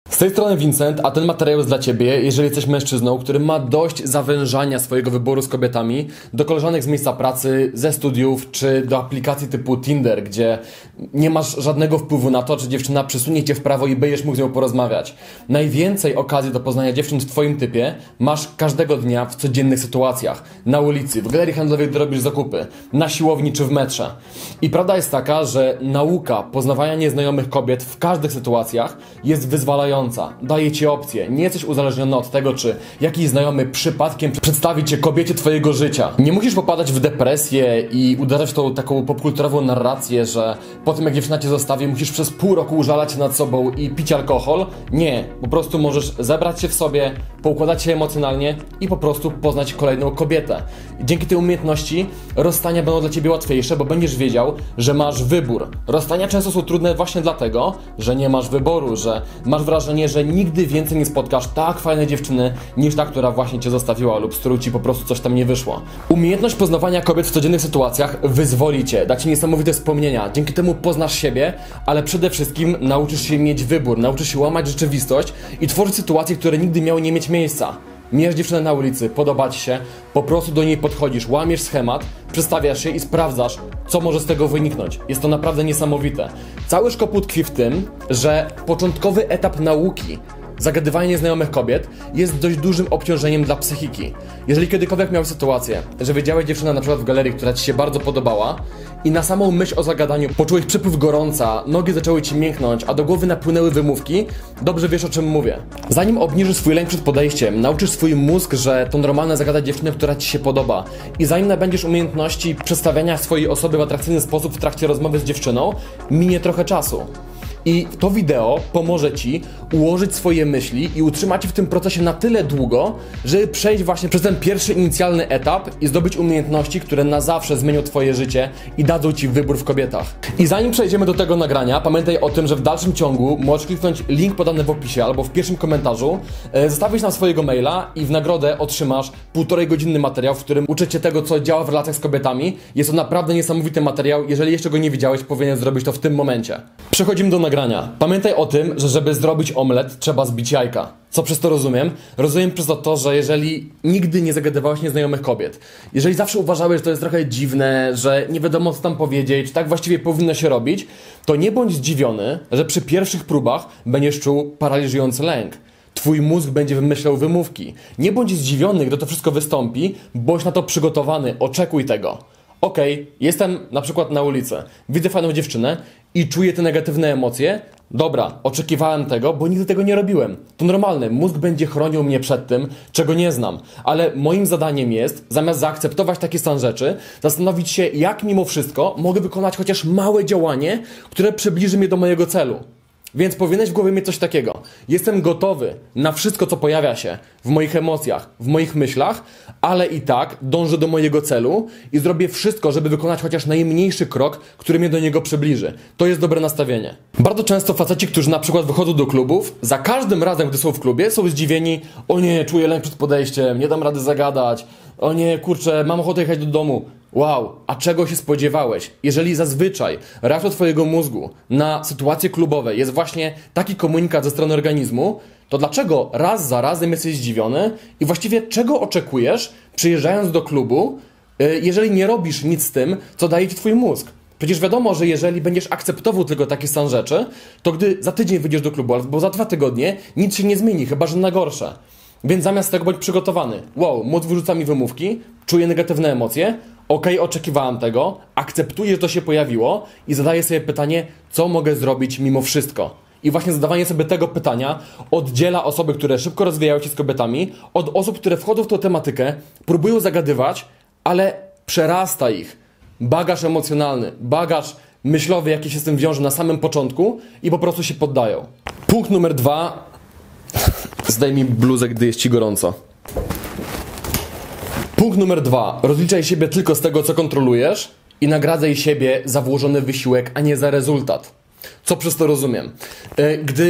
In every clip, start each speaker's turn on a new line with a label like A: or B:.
A: Z tej strony Vincent, a ten materiał jest dla Ciebie, jeżeli jesteś mężczyzną, który ma dość zawężania swojego wyboru z kobietami do koleżanek z miejsca pracy, ze studiów, czy do aplikacji typu Tinder, gdzie nie masz żadnego wpływu na to, czy dziewczyna przesunie Cię w prawo i będziesz mógł z nią porozmawiać. Najwięcej okazji do poznania dziewczyn w Twoim typie masz każdego dnia w codziennych sytuacjach. Na ulicy, w galerii handlowej, gdy robisz zakupy, na siłowni czy w metrze. I prawda jest taka, że nauka poznawania nieznajomych kobiet w każdych sytuacjach jest wyzwalająca. Daje Ci opcję. Nie jesteś uzależniony od tego, czy jakiś znajomy przypadkiem przedstawi Cię kobiecie Twojego życia. Nie musisz popadać w depresję i uderzać w tą taką popkulturową narrację, że po tym jak dziewczyna Cię zostawi, musisz przez pół roku użalać się nad sobą i pić alkohol. Nie. Po prostu możesz zebrać się w sobie, poukładać się emocjonalnie i po prostu poznać kolejną kobietę. I dzięki tej umiejętności rozstania będą dla Ciebie łatwiejsze, bo będziesz wiedział, że masz wybór. Rozstania często są trudne właśnie dlatego, że nie masz wyboru, że masz wrażenie, że nigdy więcej nie spotkasz tak fajnej dziewczyny niż ta, która właśnie Cię zostawiła lub z którą Ci po prostu coś tam nie wyszło. Umiejętność poznawania kobiet w codziennych sytuacjach wyzwoli Cię, da Ci niesamowite wspomnienia. Dzięki temu poznasz siebie, ale przede wszystkim nauczysz się mieć wybór, nauczysz się łamać rzeczywistość i tworzyć sytuacje, które nigdy miały nie mieć miejsca. Mijasz dziewczynę na ulicy, podoba Ci się, po prostu do niej podchodzisz, łamiesz schemat, przedstawiasz się i sprawdzasz, co może z tego wyniknąć. Jest to naprawdę niesamowite. Cały szkoput tkwi w tym, że początkowy etap nauki, zagadywanie nieznajomych kobiet, jest dość dużym obciążeniem dla psychiki. Jeżeli kiedykolwiek miałeś sytuację, że wiedziałeś dziewczynę na przykład w galerii, która Ci się bardzo podobała i na samą myśl o zagadaniu poczułeś przypływ gorąca, nogi zaczęły Ci mięknąć, a do głowy napłynęły wymówki, dobrze wiesz, o czym mówię. Zanim obniżysz swój lęk przed podejściem, nauczysz swój mózg, że to normalne zagadać dziewczynę, która Ci się podoba i zanim nabędziesz umiejętności przedstawiania swojej osoby w atrakcyjny sposób w trakcie rozmowy z dziewczyną, minie trochę czasu. I to wideo pomoże Ci ułożyć swoje myśli i utrzymać w tym procesie na tyle długo, żeby przejść właśnie przez ten pierwszy inicjalny etap i zdobyć umiejętności, które na zawsze zmienią Twoje życie i dadzą Ci wybór w kobietach. I zanim przejdziemy do tego nagrania, pamiętaj o tym, że w dalszym ciągu możesz kliknąć link podany w opisie albo w pierwszym komentarzu, zostawić nam swojego maila i w nagrodę otrzymasz 1,5-godzinny materiał, w którym uczę Cię tego, co działa w relacjach z kobietami. Jest to naprawdę niesamowity materiał. Jeżeli jeszcze go nie widziałeś, powinien zrobić to w tym momencie. Przechodzimy do nagrania. Pamiętaj o tym, że żeby zrobić omlet, trzeba zbić jajka. Co przez to rozumiem? Rozumiem przez to, że jeżeli nigdy nie zagadywałeś nieznajomych kobiet, jeżeli zawsze uważałeś, że to jest trochę dziwne, że nie wiadomo co tam powiedzieć, czy tak właściwie powinno się robić, to nie bądź zdziwiony, że przy pierwszych próbach będziesz czuł paraliżujący lęk. Twój mózg będzie wymyślał wymówki. Nie bądź zdziwiony, gdy to wszystko wystąpi, bądź na to przygotowany, oczekuj tego. Okej, jestem na przykład na ulicy, widzę fajną dziewczynę i czuję te negatywne emocje. Dobra, oczekiwałem tego, bo nigdy tego nie robiłem. To normalne, mózg będzie chronił mnie przed tym, czego nie znam. Ale moim zadaniem jest, zamiast zaakceptować taki stan rzeczy, zastanowić się, jak mimo wszystko mogę wykonać chociaż małe działanie, które przybliży mnie do mojego celu. Więc powinieneś w głowie mieć coś takiego. Jestem gotowy na wszystko, co pojawia się w moich emocjach, w moich myślach, ale i tak dążę do mojego celu i zrobię wszystko, żeby wykonać chociaż najmniejszy krok, który mnie do niego przybliży. To jest dobre nastawienie. Bardzo często faceci, którzy na przykład wychodzą do klubów, za każdym razem, gdy są w klubie, są zdziwieni: o nie, czuję lęk przed podejściem, nie dam rady zagadać, o nie, kurczę, mam ochotę jechać do domu. Wow, a czego się spodziewałeś? Jeżeli zazwyczaj reakcją Twojego mózgu na sytuacje klubowe jest właśnie taki komunikat ze strony organizmu, to dlaczego raz za razem jesteś zdziwiony i właściwie czego oczekujesz, przyjeżdżając do klubu, jeżeli nie robisz nic z tym, co daje Ci Twój mózg? Przecież wiadomo, że jeżeli będziesz akceptował tylko taki stan rzeczy, to gdy za tydzień wyjdziesz do klubu albo za 2 tygodnie, nic się nie zmieni, chyba że na gorsze. Więc zamiast tego bądź przygotowany. Wow, mózg wyrzuca mi wymówki, czuję negatywne emocje, oczekiwałem tego, akceptuję, że to się pojawiło i zadaję sobie pytanie, co mogę zrobić mimo wszystko. I właśnie zadawanie sobie tego pytania oddziela osoby, które szybko rozwijają się z kobietami, od osób, które wchodzą w tę tematykę, próbują zagadywać, ale przerasta ich bagaż emocjonalny, bagaż myślowy, jaki się z tym wiąże na samym początku i po prostu się poddają. Punkt numer 2. Zdejmij bluzę, gdy jest Ci gorąco. Punkt numer 2. Rozliczaj siebie tylko z tego, co kontrolujesz i nagradzaj siebie za włożony wysiłek, a nie za rezultat. Co przez to rozumiem? Gdy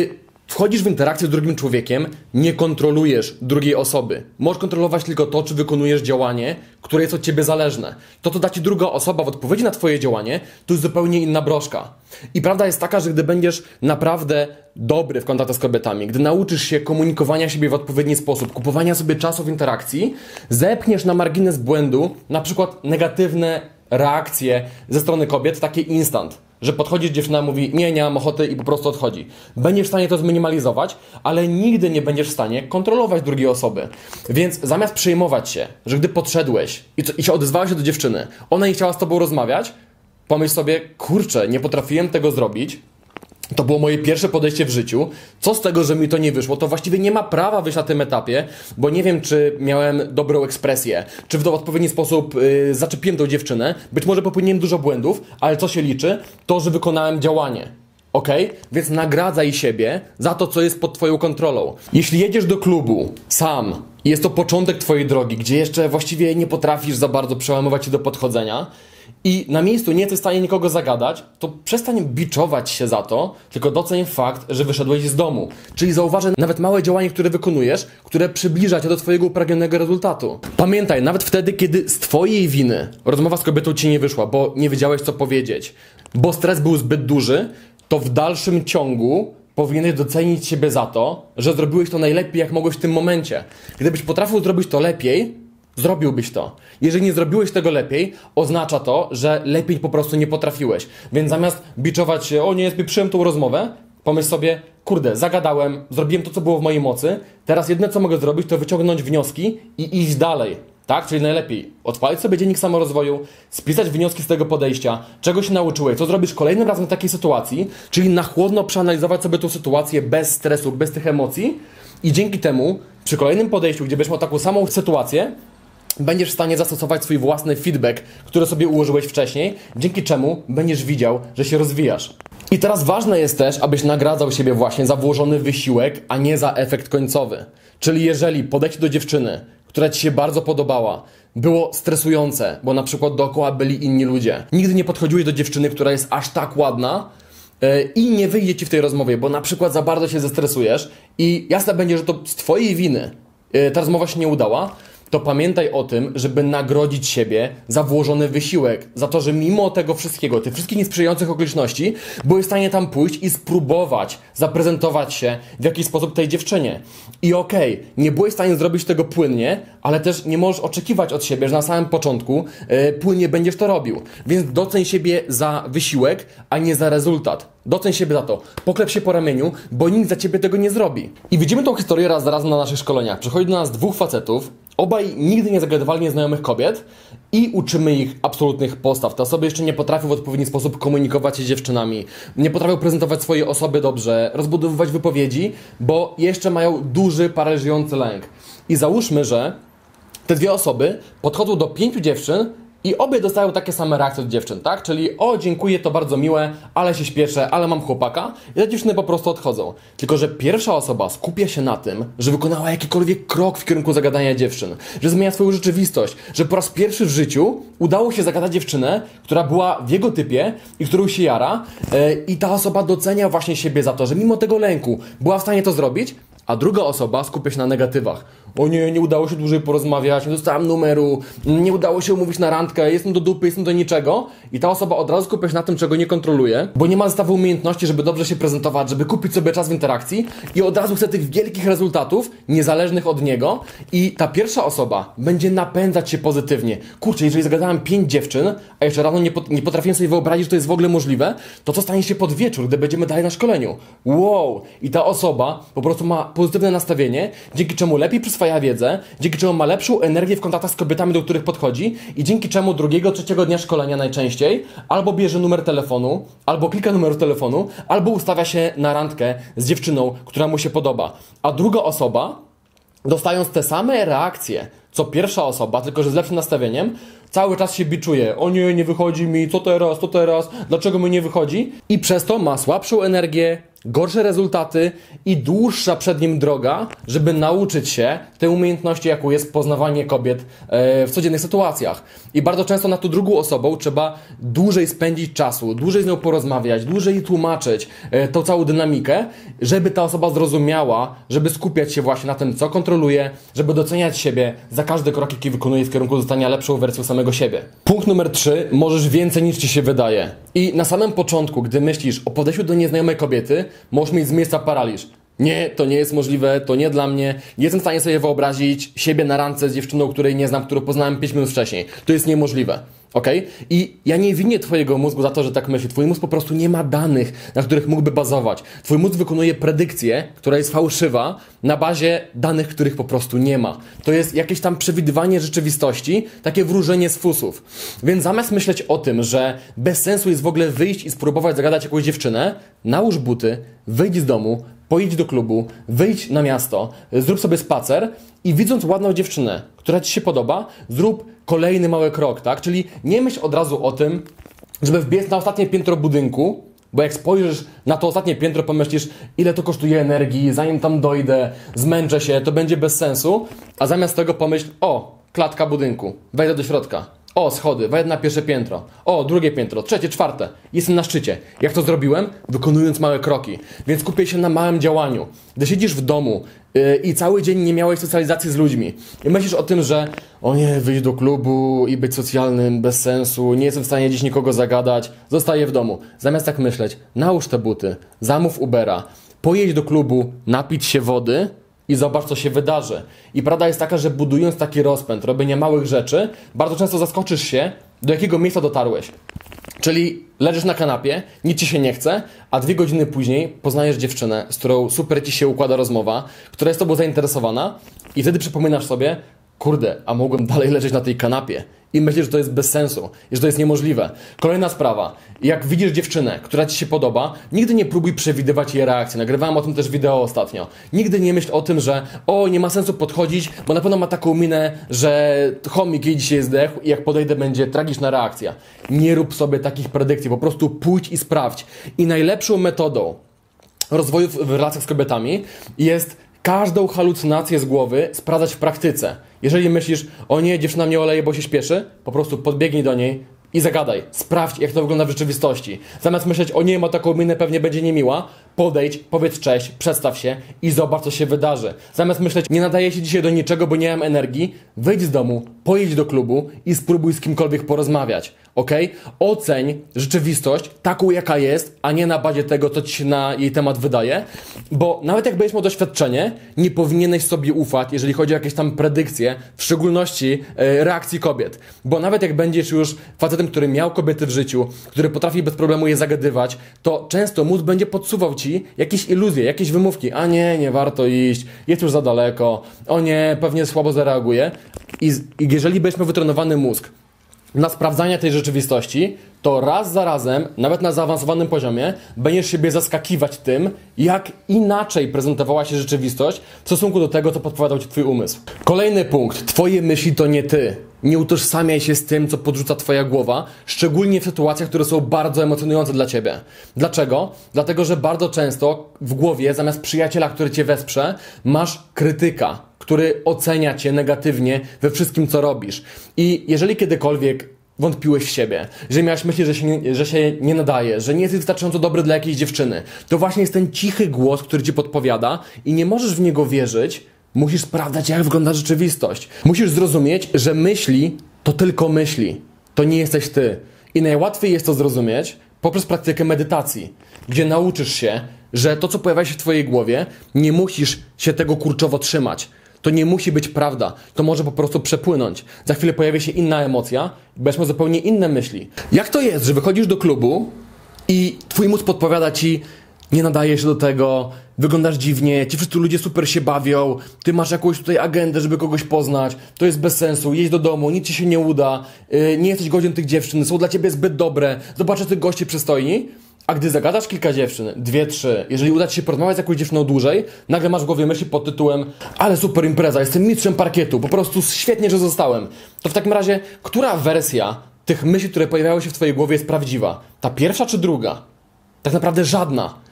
A: Wchodzisz w interakcję z drugim człowiekiem, nie kontrolujesz drugiej osoby. Możesz kontrolować tylko to, czy wykonujesz działanie, które jest od ciebie zależne. To, co da ci druga osoba w odpowiedzi na twoje działanie, to jest zupełnie inna broszka. I prawda jest taka, że gdy będziesz naprawdę dobry w kontaktach z kobietami, gdy nauczysz się komunikowania siebie w odpowiedni sposób, kupowania sobie czasu w interakcji, zepchniesz na margines błędu na przykład negatywne reakcje ze strony kobiet, takie instant. Że podchodzi dziewczyna, mówi nie mam ochoty i po prostu odchodzi. Będziesz w stanie to zminimalizować, ale nigdy nie będziesz w stanie kontrolować drugiej osoby. Więc zamiast przejmować się, że gdy podszedłeś i się odezwałeś do dziewczyny, ona nie chciała z tobą rozmawiać, pomyśl sobie, kurczę, nie potrafiłem tego zrobić, to było moje pierwsze podejście w życiu. Co z tego, że mi to nie wyszło? To właściwie nie ma prawa wyjść na tym etapie, bo nie wiem, czy miałem dobrą ekspresję, czy w odpowiedni sposób zaczepiłem tą dziewczynę. Być może popełniłem dużo błędów, ale co się liczy? To, że wykonałem działanie. Ok? Więc nagradzaj siebie za to, co jest pod twoją kontrolą. Jeśli jedziesz do klubu sam i jest to początek twojej drogi, gdzie jeszcze właściwie nie potrafisz za bardzo przełamywać się do podchodzenia, i na miejscu nie jesteś w stanie nikogo zagadać, to przestań biczować się za to, tylko doceń fakt, że wyszedłeś z domu. Czyli zauważaj nawet małe działanie, które wykonujesz, które przybliża cię do twojego upragnionego rezultatu. Pamiętaj, nawet wtedy, kiedy z twojej winy rozmowa z kobietą ci nie wyszła, bo nie wiedziałeś, co powiedzieć, bo stres był zbyt duży, to w dalszym ciągu powinieneś docenić siebie za to, że zrobiłeś to najlepiej, jak mogłeś w tym momencie. Gdybyś potrafił zrobić to lepiej, zrobiłbyś to. Jeżeli nie zrobiłeś tego lepiej, oznacza to, że lepiej po prostu nie potrafiłeś. Więc zamiast biczować się, o nie, spieprzyłem tą rozmowę, pomyśl sobie, kurde, zagadałem, zrobiłem to, co było w mojej mocy, teraz jedyne, co mogę zrobić, to wyciągnąć wnioski i iść dalej. Tak? Czyli najlepiej odpalić sobie dziennik samorozwoju, spisać wnioski z tego podejścia, czego się nauczyłeś, co zrobisz kolejnym razem w takiej sytuacji, czyli na chłodno przeanalizować sobie tą sytuację bez stresu, bez tych emocji i dzięki temu przy kolejnym podejściu, gdzie będziesz miał taką samą sytuację, będziesz w stanie zastosować swój własny feedback, który sobie ułożyłeś wcześniej, dzięki czemu będziesz widział, że się rozwijasz. I teraz ważne jest też, abyś nagradzał siebie właśnie za włożony wysiłek, a nie za efekt końcowy. Czyli jeżeli podejście do dziewczyny, która ci się bardzo podobała, było stresujące, bo na przykład dookoła byli inni ludzie, nigdy nie podchodziłeś do dziewczyny, która jest aż tak ładna, i nie wyjdzie ci w tej rozmowie, bo na przykład za bardzo się zestresujesz i jasne będzie, że to z twojej winy ta rozmowa się nie udała, to pamiętaj o tym, żeby nagrodzić siebie za włożony wysiłek, za to, że mimo tego wszystkiego, tych wszystkich niesprzyjających okoliczności, byłeś w stanie tam pójść i spróbować zaprezentować się w jakiś sposób tej dziewczynie. I okej, nie byłeś w stanie zrobić tego płynnie, ale też nie możesz oczekiwać od siebie, że na samym początku płynnie będziesz to robił. Więc doceń siebie za wysiłek, a nie za rezultat. Doceń siebie za to. Poklep się po ramieniu, bo nikt za ciebie tego nie zrobi. I widzimy tą historię raz za razem na naszych szkoleniach. Przychodzi do nas dwóch facetów, obaj nigdy nie zagadywali nieznajomych kobiet i uczymy ich absolutnych postaw. Te osoby jeszcze nie potrafią w odpowiedni sposób komunikować się z dziewczynami, nie potrafią prezentować swojej osoby dobrze, rozbudowywać wypowiedzi, bo jeszcze mają duży, paraliżujący lęk. I załóżmy, że te dwie osoby podchodzą do 5 dziewczyn i obie dostają takie same reakcje od dziewczyn, tak? Czyli o, dziękuję, to bardzo miłe, ale się śpieszę, ale mam chłopaka. I te dziewczyny po prostu odchodzą. Tylko że pierwsza osoba skupia się na tym, że wykonała jakikolwiek krok w kierunku zagadania dziewczyn, że zmienia swoją rzeczywistość, że po raz pierwszy w życiu udało się zagadać dziewczynę, która była w jego typie i którą się jara, i ta osoba docenia właśnie siebie za to, że mimo tego lęku była w stanie to zrobić, a druga osoba skupia się na negatywach. O nie, nie udało się dłużej porozmawiać, nie dostałem numeru, nie udało się umówić na randkę, jestem do dupy, jestem do niczego. I ta osoba od razu skupia się na tym, czego nie kontroluje, bo nie ma zestawu umiejętności, żeby dobrze się prezentować, żeby kupić sobie czas w interakcji i od razu chce tych wielkich rezultatów, niezależnych od niego. I ta pierwsza osoba będzie napędzać się pozytywnie. Kurczę, jeżeli zagadałem 5 dziewczyn, a jeszcze rano nie potrafiłem sobie wyobrazić, że to jest w ogóle możliwe, to co stanie się pod wieczór, gdy będziemy dalej na szkoleniu? Wow! I ta osoba po prostu ma pozytywne nastawienie, dzięki czemu lepiej przyswaja wiedzę, dzięki czemu ma lepszą energię w kontaktach z kobietami, do których podchodzi i dzięki czemu drugiego, trzeciego dnia szkolenia najczęściej albo bierze numer telefonu, albo klika numer telefonu, albo ustawia się na randkę z dziewczyną, która mu się podoba. A druga osoba, dostając te same reakcje, co pierwsza osoba, tylko że z lepszym nastawieniem, cały czas się biczuje. O nie, nie wychodzi mi, co teraz, dlaczego mi nie wychodzi? I przez to ma słabszą energię gorsze rezultaty i dłuższa przed nim droga, żeby nauczyć się tej umiejętności, jaką jest poznawanie kobiet w codziennych sytuacjach. I bardzo często nad tą drugą osobą trzeba dłużej spędzić czasu, dłużej z nią porozmawiać, dłużej jej tłumaczyć tą całą dynamikę, żeby ta osoba zrozumiała, żeby skupiać się właśnie na tym, co kontroluje, żeby doceniać siebie za każdy krok, jaki wykonuje w kierunku zostania lepszą wersją samego siebie. Punkt numer 3. Możesz więcej niż ci się wydaje. I na samym początku, gdy myślisz o podejściu do nieznajomej kobiety, możesz mieć z miejsca paraliż. Nie, to nie jest możliwe, to nie dla mnie. Nie jestem w stanie sobie wyobrazić siebie na randce z dziewczyną, której nie znam, którą poznałem 5 minut wcześniej. To jest niemożliwe. Okay? I ja nie winię twojego mózgu za to, że tak myśli. Twój mózg po prostu nie ma danych, na których mógłby bazować. Twój mózg wykonuje predykcję, która jest fałszywa, na bazie danych, których po prostu nie ma. To jest jakieś tam przewidywanie rzeczywistości, takie wróżenie z fusów. Więc zamiast myśleć o tym, że bez sensu jest w ogóle wyjść i spróbować zagadać jakąś dziewczynę, nałóż buty, wyjdź z domu, pojedź do klubu, wyjdź na miasto, zrób sobie spacer i widząc ładną dziewczynę, która ci się podoba, zrób kolejny mały krok, tak? Czyli nie myśl od razu o tym, żeby wbiec na ostatnie piętro budynku, bo jak spojrzysz na to ostatnie piętro, pomyślisz, ile to kosztuje energii, zanim tam dojdę, zmęczę się, to będzie bez sensu, a zamiast tego pomyśl, o, klatka budynku, wejdę do środka. O, schody, wejdę na pierwsze piętro. O, drugie piętro, trzecie, czwarte. Jestem na szczycie. Jak to zrobiłem? Wykonując małe kroki. Więc skupię się na małym działaniu. Gdy siedzisz w domu i cały dzień nie miałeś socjalizacji z ludźmi i myślisz o tym, że o nie, wyjść do klubu i być socjalnym bez sensu, nie jestem w stanie dziś nikogo zagadać, zostaję w domu. Zamiast tak myśleć, nałóż te buty, zamów Ubera, pojedź do klubu, napić się wody i zobacz, co się wydarzy. I prawda jest taka, że budując taki rozpęd, robienia małych rzeczy, bardzo często zaskoczysz się, do jakiego miejsca dotarłeś. Czyli leżysz na kanapie, nic ci się nie chce, a 2 godziny później poznajesz dziewczynę, z którą super ci się układa rozmowa, która jest tobą zainteresowana i wtedy przypominasz sobie, kurde, a mogłem dalej leżeć na tej kanapie. I myślisz, że to jest bez sensu i że to jest niemożliwe. Kolejna sprawa. Jak widzisz dziewczynę, która ci się podoba, nigdy nie próbuj przewidywać jej reakcji. Nagrywałem o tym też wideo ostatnio. Nigdy nie myśl o tym, że o, nie ma sensu podchodzić, bo na pewno ma taką minę, że chomik jej dzisiaj zdechł i jak podejdę, będzie tragiczna reakcja. Nie rób sobie takich predykcji. Po prostu pójdź i sprawdź. I najlepszą metodą rozwoju w relacjach z kobietami jest każdą halucynację z głowy sprawdzać w praktyce. Jeżeli myślisz, o nie, dziewczyna mnie oleje, bo się śpieszy, po prostu podbiegnij do niej i zagadaj. Sprawdź, jak to wygląda w rzeczywistości. Zamiast myśleć, o nie, ma taką minę, pewnie będzie niemiła, podejdź, powiedz cześć, przedstaw się i zobacz, co się wydarzy. Zamiast myśleć, nie nadaje się dzisiaj do niczego, bo nie mam energii, wyjdź z domu, pojedź do klubu i spróbuj z kimkolwiek porozmawiać. Ok? Oceń rzeczywistość taką, jaka jest, a nie na bazie tego, co ci się na jej temat wydaje, bo nawet jak będziesz miał doświadczenie, nie powinieneś sobie ufać, jeżeli chodzi o jakieś tam predykcje, w szczególności reakcji kobiet. Bo nawet jak będziesz już facetem, który miał kobiety w życiu, który potrafi bez problemu je zagadywać, to często mózg będzie podsuwał ci jakieś iluzje, jakieś wymówki. A nie, nie warto iść, jest już za daleko, o nie, pewnie słabo zareaguje. I jeżeli będziesz miał wytrenowany mózg na sprawdzanie tej rzeczywistości, to raz za razem, nawet na zaawansowanym poziomie, będziesz siebie zaskakiwać tym, jak inaczej prezentowała się rzeczywistość w stosunku do tego, co podpowiadał ci twój umysł. Kolejny punkt. Twoje myśli to nie ty. Nie utożsamiaj się z tym, co podrzuca twoja głowa, szczególnie w sytuacjach, które są bardzo emocjonujące dla ciebie. Dlaczego? Dlatego, że bardzo często w głowie, zamiast przyjaciela, który cię wesprze, masz krytyka, który ocenia cię negatywnie we wszystkim, co robisz. I jeżeli kiedykolwiek wątpiłeś w siebie, że miałeś myśli, że się nie nadaje, że nie jesteś wystarczająco dobry dla jakiejś dziewczyny, to właśnie jest ten cichy głos, który ci podpowiada i nie możesz w niego wierzyć, musisz sprawdzać, jak wygląda rzeczywistość. Musisz zrozumieć, że myśli to tylko myśli. To nie jesteś ty. I najłatwiej jest to zrozumieć poprzez praktykę medytacji, gdzie nauczysz się, że to, co pojawia się w twojej głowie, nie musisz się tego kurczowo trzymać. To nie musi być prawda. To może po prostu przepłynąć. Za chwilę pojawia się inna emocja i będziesz miał zupełnie inne myśli. Jak to jest, że wychodzisz do klubu i twój mózg podpowiada ci, nie nadajesz się do tego, wyglądasz dziwnie, ci wszyscy ludzie super się bawią, ty masz jakąś tutaj agendę, żeby kogoś poznać, to jest bez sensu, jedź do domu, nic ci się nie uda, nie jesteś godzien tych dziewczyn, są dla ciebie zbyt dobre, zobaczę tych gości przystojni. A gdy zagadasz kilka dziewczyn, 2, 3, jeżeli uda ci się porozmawiać z jakąś dziewczyną dłużej, nagle masz w głowie myśli pod tytułem ale super impreza, jestem mistrzem parkietu, po prostu świetnie, że zostałem. To w takim razie, która wersja tych myśli, które pojawiały się w twojej głowie jest prawdziwa? Ta pierwsza czy druga? Tak naprawdę żadna.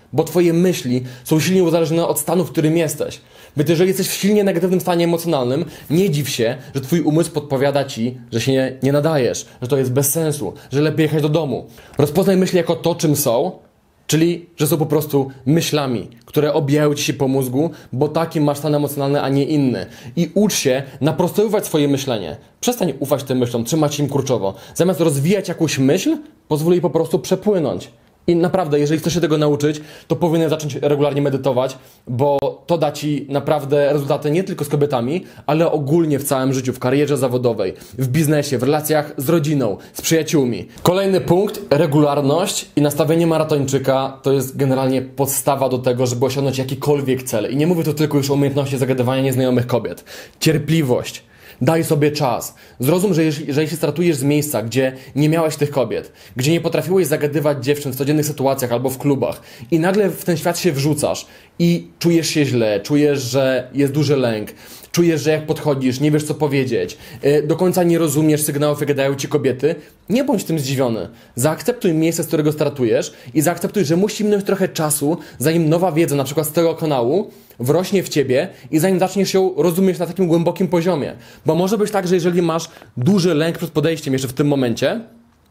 A: bo twoje myśli są silnie uzależnione od stanu, w którym jesteś. Więc jeżeli jesteś w silnie negatywnym stanie emocjonalnym, nie dziw się, że twój umysł podpowiada ci, że się nie nadajesz, że to jest bez sensu, że lepiej jechać do domu. Rozpoznaj myśli jako to, czym są, czyli, że są po prostu myślami, które obijają ci się po mózgu, bo taki masz stan emocjonalny, a nie inny. I ucz się naprostowywać swoje myślenie. Przestań ufać tym myślom, trzymać się im kurczowo. Zamiast rozwijać jakąś myśl, pozwól jej po prostu przepłynąć. I naprawdę, jeżeli chcesz się tego nauczyć, to powinieneś zacząć regularnie medytować, bo to da ci naprawdę rezultaty nie tylko z kobietami, ale ogólnie w całym życiu, w karierze zawodowej, w biznesie, w relacjach z rodziną, z przyjaciółmi. Kolejny punkt, regularność i nastawienie maratończyka to jest generalnie podstawa do tego, żeby osiągnąć jakikolwiek cel. I nie mówię tu tylko już o umiejętności zagadywania nieznajomych kobiet. Cierpliwość. Daj sobie czas. Zrozum, że jeżeli się startujesz z miejsca, gdzie nie miałeś tych kobiet, gdzie nie potrafiłeś zagadywać dziewczyn w codziennych sytuacjach albo w klubach i nagle w ten świat się wrzucasz i czujesz się źle, czujesz, że jest duży lęk, czujesz, że jak podchodzisz, nie wiesz co powiedzieć, do końca nie rozumiesz sygnałów, jakie dają ci kobiety, nie bądź tym zdziwiony. Zaakceptuj miejsce, z którego startujesz i zaakceptuj, że musi minąć trochę czasu, zanim nowa wiedza, na przykład z tego kanału, wrośnie w ciebie i zanim zaczniesz ją rozumieć na takim głębokim poziomie. Bo może być tak, że jeżeli masz duży lęk przed podejściem jeszcze w tym momencie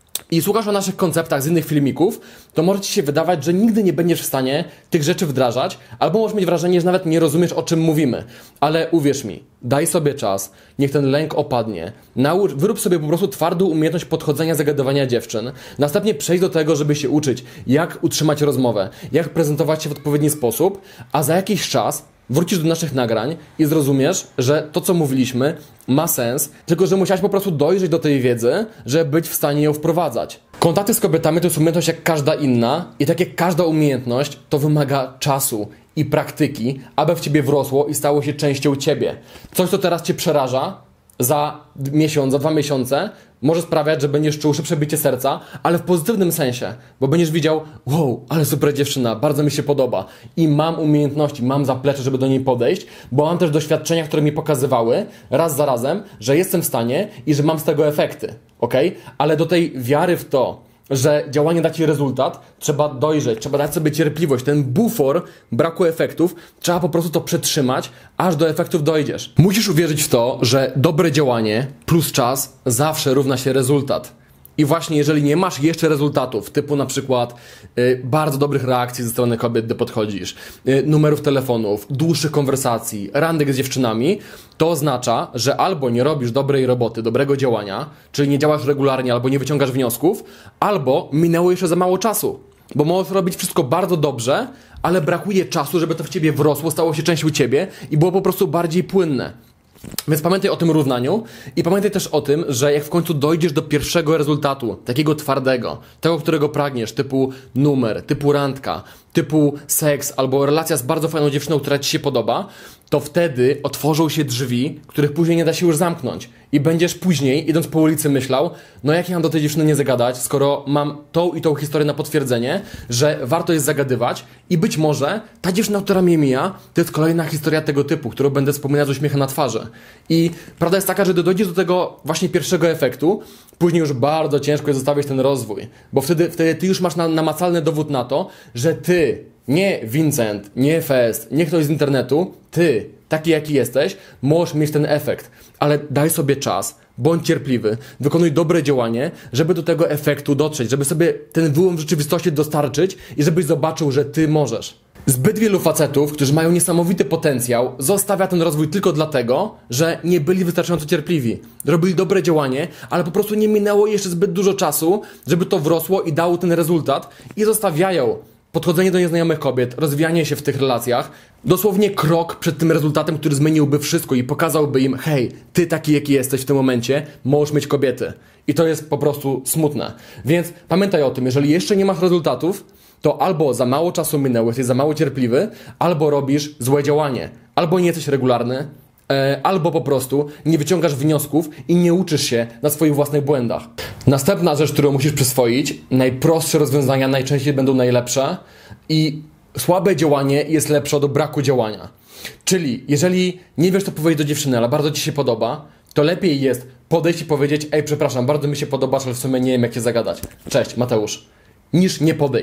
A: i słuchasz o naszych konceptach z innych filmików, to może ci się wydawać, że nigdy nie będziesz w stanie tych rzeczy wdrażać, albo możesz mieć wrażenie, że nawet nie rozumiesz, o czym mówimy. Ale uwierz mi, daj sobie czas, niech ten lęk opadnie. Wyrób sobie po prostu twardą umiejętność podchodzenia, zagadywania dziewczyn. Następnie przejdź do tego, żeby się uczyć, jak utrzymać rozmowę, jak prezentować się w odpowiedni sposób, a za jakiś czas wrócisz do naszych nagrań i zrozumiesz, że to, co mówiliśmy, ma sens, tylko że musiałeś po prostu dojrzeć do tej wiedzy, żeby być w stanie ją wprowadzać. Kontakty z kobietami to jest umiejętność jak każda inna i tak jak każda umiejętność, to wymaga czasu i praktyki, aby w ciebie wrosło i stało się częścią ciebie. Coś, co teraz cię przeraża, za miesiąc, za 2 miesiące może sprawiać, że będziesz czuł szybsze bicie serca, ale w pozytywnym sensie, bo będziesz widział, wow, ale super dziewczyna, bardzo mi się podoba i mam umiejętności, mam zaplecze, żeby do niej podejść, bo mam też doświadczenia, które mi pokazywały raz za razem, że jestem w stanie i że mam z tego efekty, ok? Ale do tej wiary w to, że działanie da ci rezultat, trzeba dojrzeć, trzeba dać sobie cierpliwość, ten bufor braku efektów, trzeba po prostu to przetrzymać, aż do efektów dojdziesz. Musisz uwierzyć w to, że dobre działanie plus czas zawsze równa się rezultat. I właśnie jeżeli nie masz jeszcze rezultatów, typu na przykład bardzo dobrych reakcji ze strony kobiet, gdy podchodzisz, numerów telefonów, dłuższych konwersacji, randek z dziewczynami, to oznacza, że albo nie robisz dobrej roboty, dobrego działania, czyli nie działasz regularnie, albo nie wyciągasz wniosków, albo minęło jeszcze za mało czasu. Bo możesz robić wszystko bardzo dobrze, ale brakuje czasu, żeby to w ciebie wrosło, stało się częścią ciebie i było po prostu bardziej płynne. Więc pamiętaj o tym równaniu i pamiętaj też o tym, że jak w końcu dojdziesz do pierwszego rezultatu, takiego twardego, tego, którego pragniesz, typu numer, typu randka, typu seks albo relacja z bardzo fajną dziewczyną, która ci się podoba, to wtedy otworzą się drzwi, których później nie da się już zamknąć. I będziesz później, idąc po ulicy, myślał, no jak ja mam do tej dziewczyny nie zagadać, skoro mam tą i tą historię na potwierdzenie, że warto jest zagadywać i być może ta dziewczyna, która mnie mija, to jest kolejna historia tego typu, którą będę wspominał z uśmiechem na twarzy. I prawda jest taka, że gdy dojdziesz do tego właśnie pierwszego efektu, później już bardzo ciężko jest zostawić ten rozwój, bo wtedy ty już masz namacalny dowód na to, że ty, nie Vincent, nie Fest, nie ktoś z internetu, ty, taki jaki jesteś, możesz mieć ten efekt, ale daj sobie czas, bądź cierpliwy, wykonuj dobre działanie, żeby do tego efektu dotrzeć, żeby sobie ten wyłom rzeczywistości dostarczyć i żebyś zobaczył, że ty możesz. Zbyt wielu facetów, którzy mają niesamowity potencjał, zostawia ten rozwój tylko dlatego, że nie byli wystarczająco cierpliwi. Robili dobre działanie, ale po prostu nie minęło jeszcze zbyt dużo czasu, żeby to wrosło i dało ten rezultat i zostawiają podchodzenie do nieznajomych kobiet, rozwijanie się w tych relacjach, dosłownie krok przed tym rezultatem, który zmieniłby wszystko i pokazałby im, hej, ty taki jaki jesteś w tym momencie, możesz mieć kobiety. I to jest po prostu smutne. Więc pamiętaj o tym, jeżeli jeszcze nie masz rezultatów, to albo za mało czasu minęło, jesteś za mało cierpliwy, albo robisz złe działanie, albo nie jesteś regularny, albo po prostu nie wyciągasz wniosków i nie uczysz się na swoich własnych błędach. Następna rzecz, którą musisz przyswoić, najprostsze rozwiązania najczęściej będą najlepsze i słabe działanie jest lepsze od braku działania. Czyli jeżeli nie wiesz co powiedzieć do dziewczyny, ale bardzo ci się podoba, to lepiej jest podejść i powiedzieć, ej przepraszam, bardzo mi się podobasz, ale w sumie nie wiem jak cię zagadać. Cześć, Mateusz. Niż nie podejść.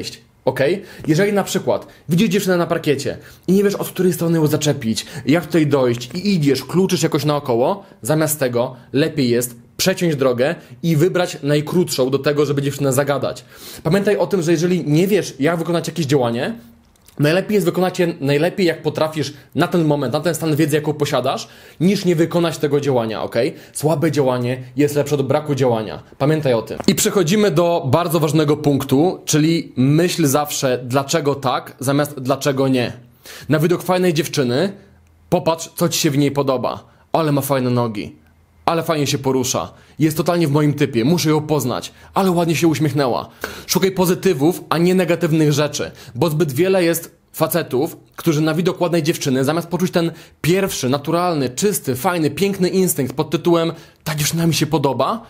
A: okej? Jeżeli na przykład widzisz dziewczynę na parkiecie i nie wiesz, od której strony ją zaczepić, jak tutaj dojść i idziesz, kluczysz jakoś naokoło, zamiast tego lepiej jest przeciąć drogę i wybrać najkrótszą do tego, żeby dziewczynę zagadać. Pamiętaj o tym, że jeżeli nie wiesz, jak wykonać jakieś działanie, najlepiej jest wykonać je najlepiej, jak potrafisz na ten moment, na ten stan wiedzy, jaką posiadasz, niż nie wykonać tego działania, ok? Słabe działanie jest lepsze od braku działania. Pamiętaj o tym. I przechodzimy do bardzo ważnego punktu, czyli myśl zawsze dlaczego tak, zamiast dlaczego nie. Na widok fajnej dziewczyny popatrz, co ci się w niej podoba. Ale ma fajne nogi. Ale fajnie się porusza. Jest totalnie w moim typie. Muszę ją poznać. Ale ładnie się uśmiechnęła. Szukaj pozytywów, a nie negatywnych rzeczy. Bo zbyt wiele jest facetów, którzy na widok ładnej dziewczyny, zamiast poczuć ten pierwszy, naturalny, czysty, fajny, piękny instynkt pod tytułem ta dziewczyna mi się podoba,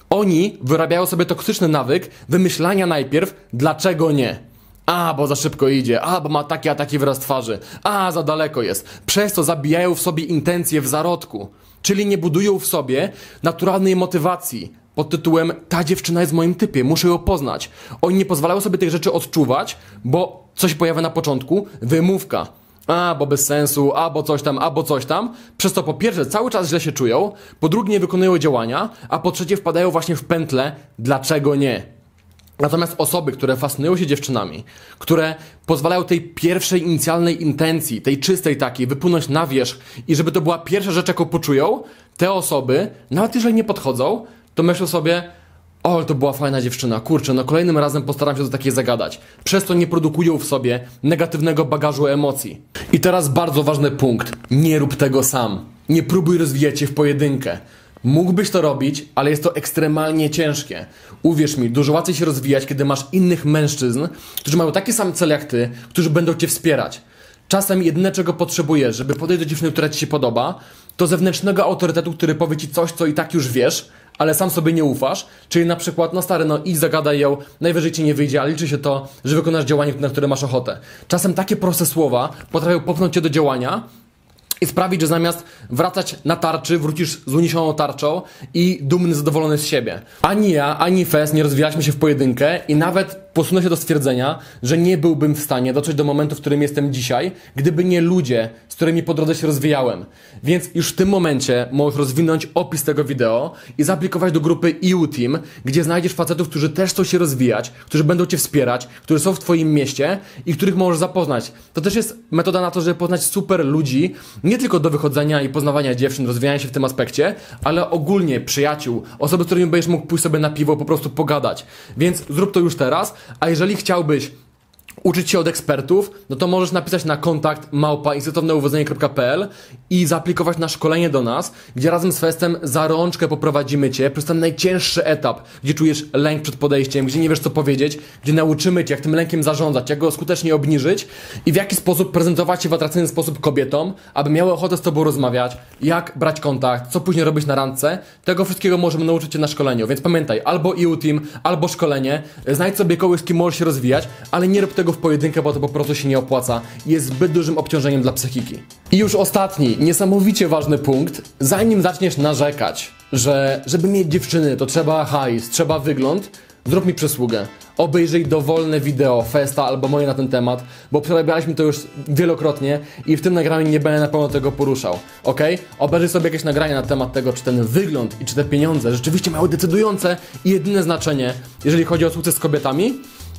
A: oni wyrabiają sobie toksyczny nawyk wymyślania najpierw dlaczego nie. A, bo za szybko idzie, a, bo ma taki a taki wyraz twarzy, a, za daleko jest. Przez to zabijają w sobie intencje w zarodku. Czyli nie budują w sobie naturalnej motywacji pod tytułem ta dziewczyna jest w moim typie, muszę ją poznać. Oni nie pozwalają sobie tych rzeczy odczuwać, bo coś pojawia na początku, wymówka. A, bo bez sensu, albo coś tam. Przez to po pierwsze cały czas źle się czują, po drugie nie wykonują działania, a po trzecie wpadają właśnie w pętlę dlaczego nie. Natomiast osoby, które fascynują się dziewczynami, które pozwalają tej pierwszej inicjalnej intencji, tej czystej takiej, wypłynąć na wierzch i żeby to była pierwsza rzecz, jaką poczują, te osoby, nawet jeżeli nie podchodzą, to myślą sobie, o, ale to była fajna dziewczyna, kurczę, no kolejnym razem postaram się do takiej zagadać. Przez to nie produkują w sobie negatywnego bagażu emocji. I teraz bardzo ważny punkt. Nie rób tego sam. Nie próbuj rozwijać się w pojedynkę. Mógłbyś to robić, ale jest to ekstremalnie ciężkie. Uwierz mi, dużo łatwiej się rozwijać, kiedy masz innych mężczyzn, którzy mają taki sam cel jak ty, którzy będą cię wspierać. Czasem jedyne, czego potrzebujesz, żeby podejść do dziewczyny, która ci się podoba, to zewnętrznego autorytetu, który powie ci coś, co i tak już wiesz, ale sam sobie nie ufasz, czyli na przykład, no stary, no idź zagadaj ją, najwyżej ci nie wyjdzie, ale liczy się to, że wykonasz działanie, na które masz ochotę. Czasem takie proste słowa potrafią popchnąć cię do działania, i sprawić, że zamiast wracać na tarczy, wrócisz z uniesioną tarczą i dumny, zadowolony z siebie. Ani ja, ani Fez nie rozwijaliśmy się w pojedynkę i nawet posunę się do stwierdzenia, że nie byłbym w stanie dotrzeć do momentu, w którym jestem dzisiaj, gdyby nie ludzie, z którymi po drodze się rozwijałem. Więc już w tym momencie możesz rozwinąć opis tego wideo i zaaplikować do grupy EU Team, gdzie znajdziesz facetów, którzy też chcą się rozwijać, którzy będą cię wspierać, którzy są w twoim mieście i których możesz zapoznać. To też jest metoda na to, żeby poznać super ludzi, nie tylko do wychodzenia i poznawania dziewczyn, rozwijania się w tym aspekcie, ale ogólnie przyjaciół, osoby, z którymi będziesz mógł pójść sobie na piwo, po prostu pogadać. Więc zrób to już teraz, a jeżeli chciałbyś uczyć się od ekspertów, no to możesz napisać na kontakt @instynktowneUwodzenie.pl i zaaplikować na szkolenie do nas, gdzie razem z Festem za rączkę poprowadzimy cię przez ten najcięższy etap, gdzie czujesz lęk przed podejściem, gdzie nie wiesz co powiedzieć, gdzie nauczymy cię, jak tym lękiem zarządzać, jak go skutecznie obniżyć i w jaki sposób prezentować się w atrakcyjny sposób kobietom, aby miały ochotę z tobą rozmawiać, jak brać kontakt, co później robić na randce. Tego wszystkiego możemy nauczyć cię na szkoleniu, więc pamiętaj, albo EU Team, albo szkolenie, znajdź sobie kogoś, z kim możesz się rozwijać, ale nie rób tego w pojedynkę, bo to po prostu się nie opłaca i jest zbyt dużym obciążeniem dla psychiki. I już ostatni, niesamowicie ważny punkt. Zanim zaczniesz narzekać, że żeby mieć dziewczyny, to trzeba hajs, trzeba wygląd, zrób mi przysługę. Obejrzyj dowolne wideo Festa albo moje na ten temat, bo przerabialiśmy to już wielokrotnie i w tym nagraniu nie będę na pewno tego poruszał, ok? Obejrzyj sobie jakieś nagranie na temat tego, czy ten wygląd i czy te pieniądze rzeczywiście mają decydujące i jedyne znaczenie, jeżeli chodzi o sukces z kobietami.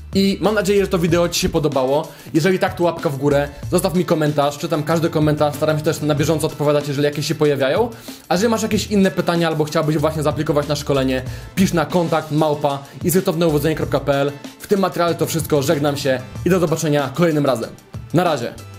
A: I mam nadzieję, że to wideo ci się podobało. Jeżeli tak, to łapka w górę, zostaw mi komentarz, czytam każdy komentarz, staram się też na bieżąco odpowiadać, jeżeli jakieś się pojawiają. A jeżeli masz jakieś inne pytania albo chciałbyś właśnie zaaplikować na szkolenie, pisz na kontakt @instynktowneUwodzenie.pl. W tym materiale to wszystko, żegnam się i do zobaczenia kolejnym razem. Na razie!